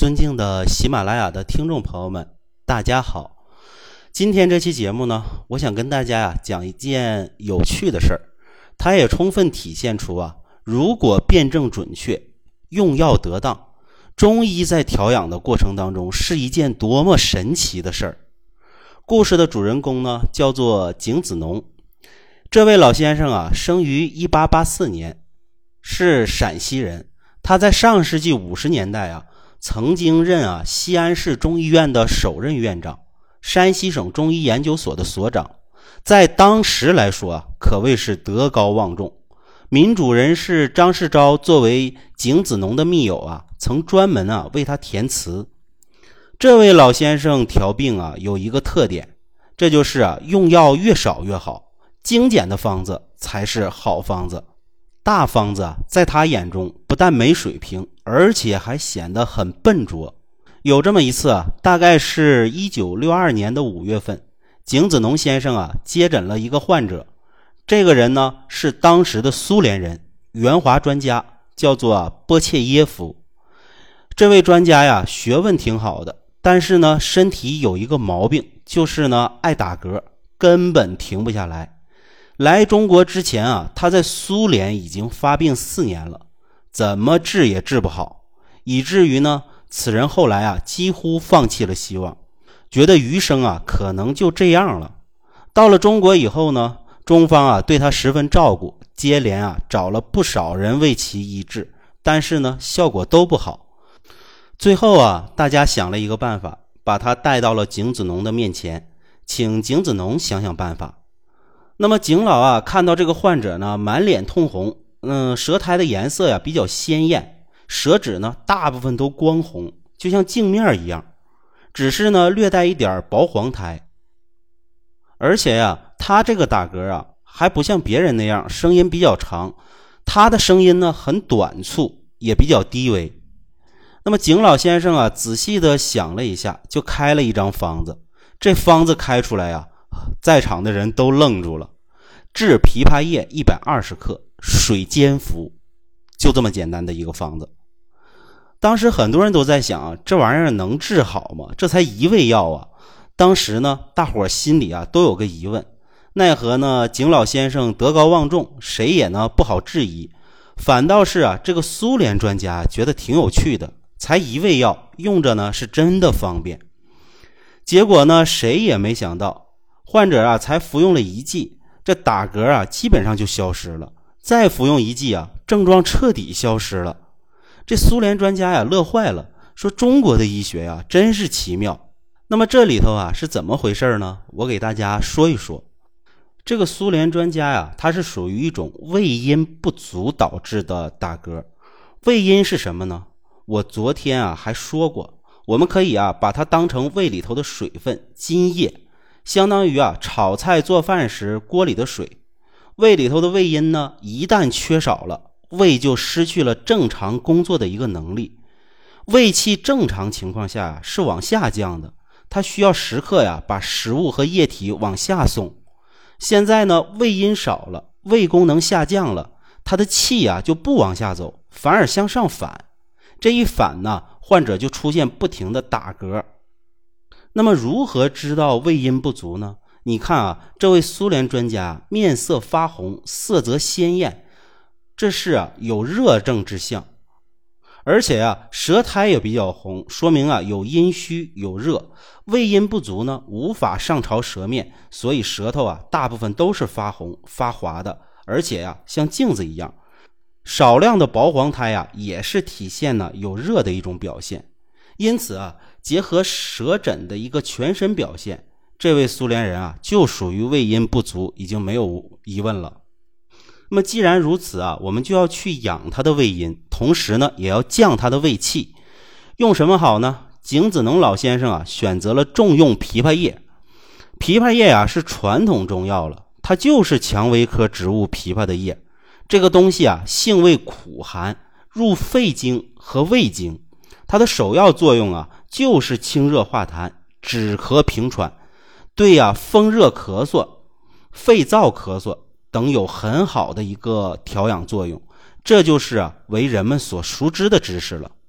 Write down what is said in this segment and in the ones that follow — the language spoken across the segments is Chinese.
尊敬的喜马拉雅的听众朋友们，大家好。今天这期节目呢，我想跟大家讲一件有趣的事儿，它也充分体现出如果辩证准确，用药得当，中医在调养的过程当中是一件多么神奇的事儿。故事的主人公呢，叫做景子农。这位老先生生于1884年，是陕西人。他在上世纪50年代曾经任西安市中医院的首任院长，山西省中医研究所的所长，在当时来说可谓是德高望重。民主人士张世钊作为景子农的密友曾专门为他填词。这位老先生调病有一个特点，这就是用药越少越好，精简的方子才是好方子。大方子在他眼中不但没水平，而且还显得很笨拙。有这么一次大概是1962年的5月份，景子农先生接诊了一个患者。这个人呢是当时的苏联人，援华专家，叫做波切耶夫。这位专家学问挺好的，但是呢身体有一个毛病，就是呢爱打嗝，根本停不下来。来中国之前他在苏联已经发病4年了，怎么治也治不好，以至于呢此人后来几乎放弃了希望，觉得余生可能就这样了。到了中国以后呢，中方对他十分照顾，接连找了不少人为其医治，但是呢效果都不好。最后大家想了一个办法，把他带到了景子农的面前，请景子农想想办法。那么景老看到这个患者呢满脸通红，舌苔的颜色比较鲜艳，舌质呢大部分都光红，就像镜面一样，只是呢略带一点薄黄苔。而且他这个打嗝还不像别人那样声音比较长，他的声音呢很短促，也比较低微。那么景老先生仔细的想了一下，就开了一张方子。这方子开出来在场的人都愣住了，治枇杷叶120克，水煎服，就这么简单的一个方子。当时很多人都在想，这玩意儿能治好吗？这才一味药当时呢大伙心里都有个疑问，奈何呢景老先生德高望重，谁也呢不好质疑，反倒是这个苏联专家觉得挺有趣的，才一味药，用着呢是真的方便。结果呢谁也没想到，患者才服用了1剂，这打嗝基本上就消失了，再服用1剂症状彻底消失了。这苏联专家乐坏了，说中国的医学真是奇妙。那么这里头是怎么回事呢？我给大家说一说。这个苏联专家他是属于一种胃阴不足导致的打嗝。胃阴是什么呢？我昨天还说过，我们可以把它当成胃里头的水分津液，相当于炒菜做饭时锅里的水。胃里头的胃阴呢一旦缺少了，胃就失去了正常工作的一个能力。胃气正常情况下是往下降的，它需要时刻把食物和液体往下送。现在呢胃阴少了，胃功能下降了，它的气就不往下走，反而向上反。这一反呢，患者就出现不停的打嗝。那么如何知道胃阴不足呢？你看这位苏联专家面色发红，色泽鲜艳，这是有热症之象。而且舌苔也比较红，说明有阴虚有热。胃阴不足呢无法上朝舌面，所以舌头大部分都是发红发滑的，而且像镜子一样。少量的薄黄苔也是体现呢有热的一种表现。因此结合舌诊的一个全身表现，这位苏联人就属于胃阴不足，已经没有疑问了。那么既然如此我们就要去养他的胃阴，同时呢也要降他的胃气。用什么好呢？景子农老先生选择了重用枇杷叶。枇杷叶是传统中药了，它就是蔷薇科植物枇杷的叶。这个东西性味苦寒，入肺经和胃经。它的首要作用就是清热化痰，止咳平喘，对风热咳嗽、肺燥咳嗽等有很好的一个调养作用。这就是为人们所熟知的知识了。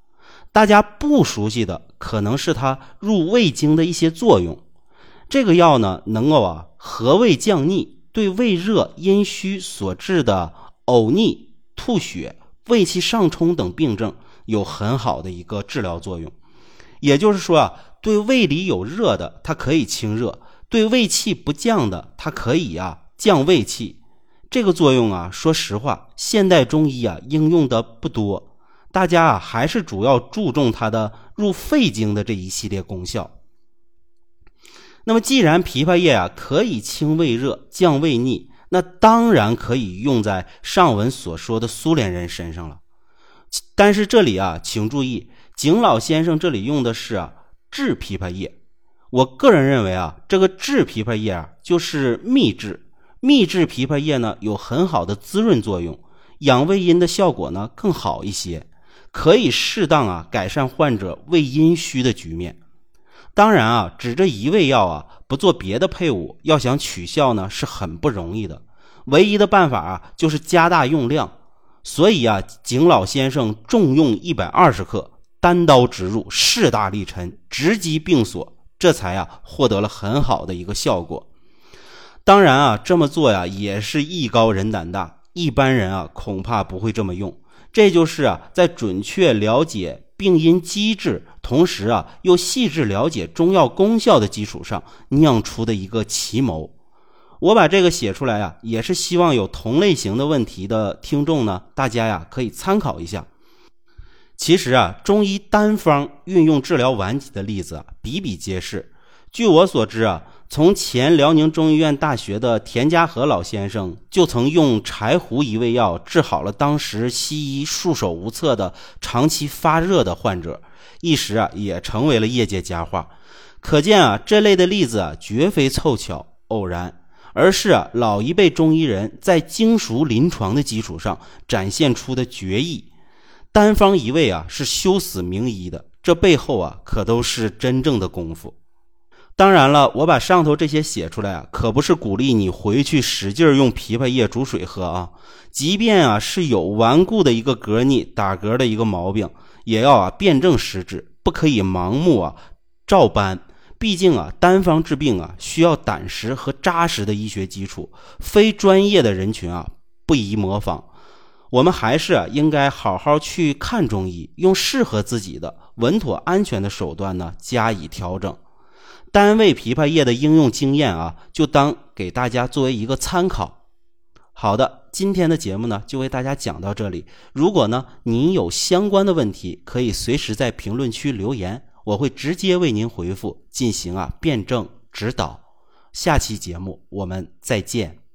大家不熟悉的可能是它入胃经的一些作用。这个药呢，能够和胃降逆，对胃热阴虚所致的呕逆、吐血、胃气上冲等病症有很好的一个治疗作用。也就是说对胃里有热的它可以清热，对胃气不降的它可以降胃气。这个作用说实话现代中医应用的不多，大家还是主要注重它的入肺经的这一系列功效。那么既然枇杷叶可以清胃热、降胃逆，那当然可以用在上文所说的苏联人身上了。但是这里请注意，景老先生这里用的是炙枇杷叶。我个人认为这个炙枇杷叶就是秘制。秘制枇杷叶呢有很好的滋润作用，养胃阴的效果呢更好一些，可以适当改善患者胃阴虚的局面。当然只这一味药不做别的配伍，要想取效呢是很不容易的。唯一的办法就是加大用量。所以景老先生重用120克，单刀直入，势大力沉，直击病所，这才获得了很好的一个效果。当然这么做也是艺高人胆大，一般人恐怕不会这么用。这就是在准确了解病因机制，同时又细致了解中药功效的基础上酿出的一个奇谋。我把这个写出来也是希望有同类型的问题的听众呢，大家可以参考一下。其实中医单方运用治疗顽疾的例子比比皆是。据我所知从前辽宁中医院大学的田家和老先生就曾用柴胡一味药治好了当时西医束手无策的长期发热的患者，一时也成为了业界佳话。可见这类的例子绝非凑巧偶然，而是老一辈中医人在精熟临床的基础上展现出的绝艺。单方一味是修死名医的，这背后可都是真正的功夫。当然了，我把上头这些写出来可不是鼓励你回去使劲用枇杷叶煮水喝即便是有顽固的一个嗝逆打嗝的一个毛病，也要辩证施治，不可以盲目照搬。毕竟单方治病需要胆识和扎实的医学基础，非专业的人群不宜模仿。我们还是应该好好去看中医，用适合自己的稳妥安全的手段呢加以调整。单味枇杷叶的应用经验就当给大家作为一个参考。好的，今天的节目呢就为大家讲到这里。如果呢您有相关的问题，可以随时在评论区留言，我会直接为您回复，进行辩证指导。下期节目我们再见。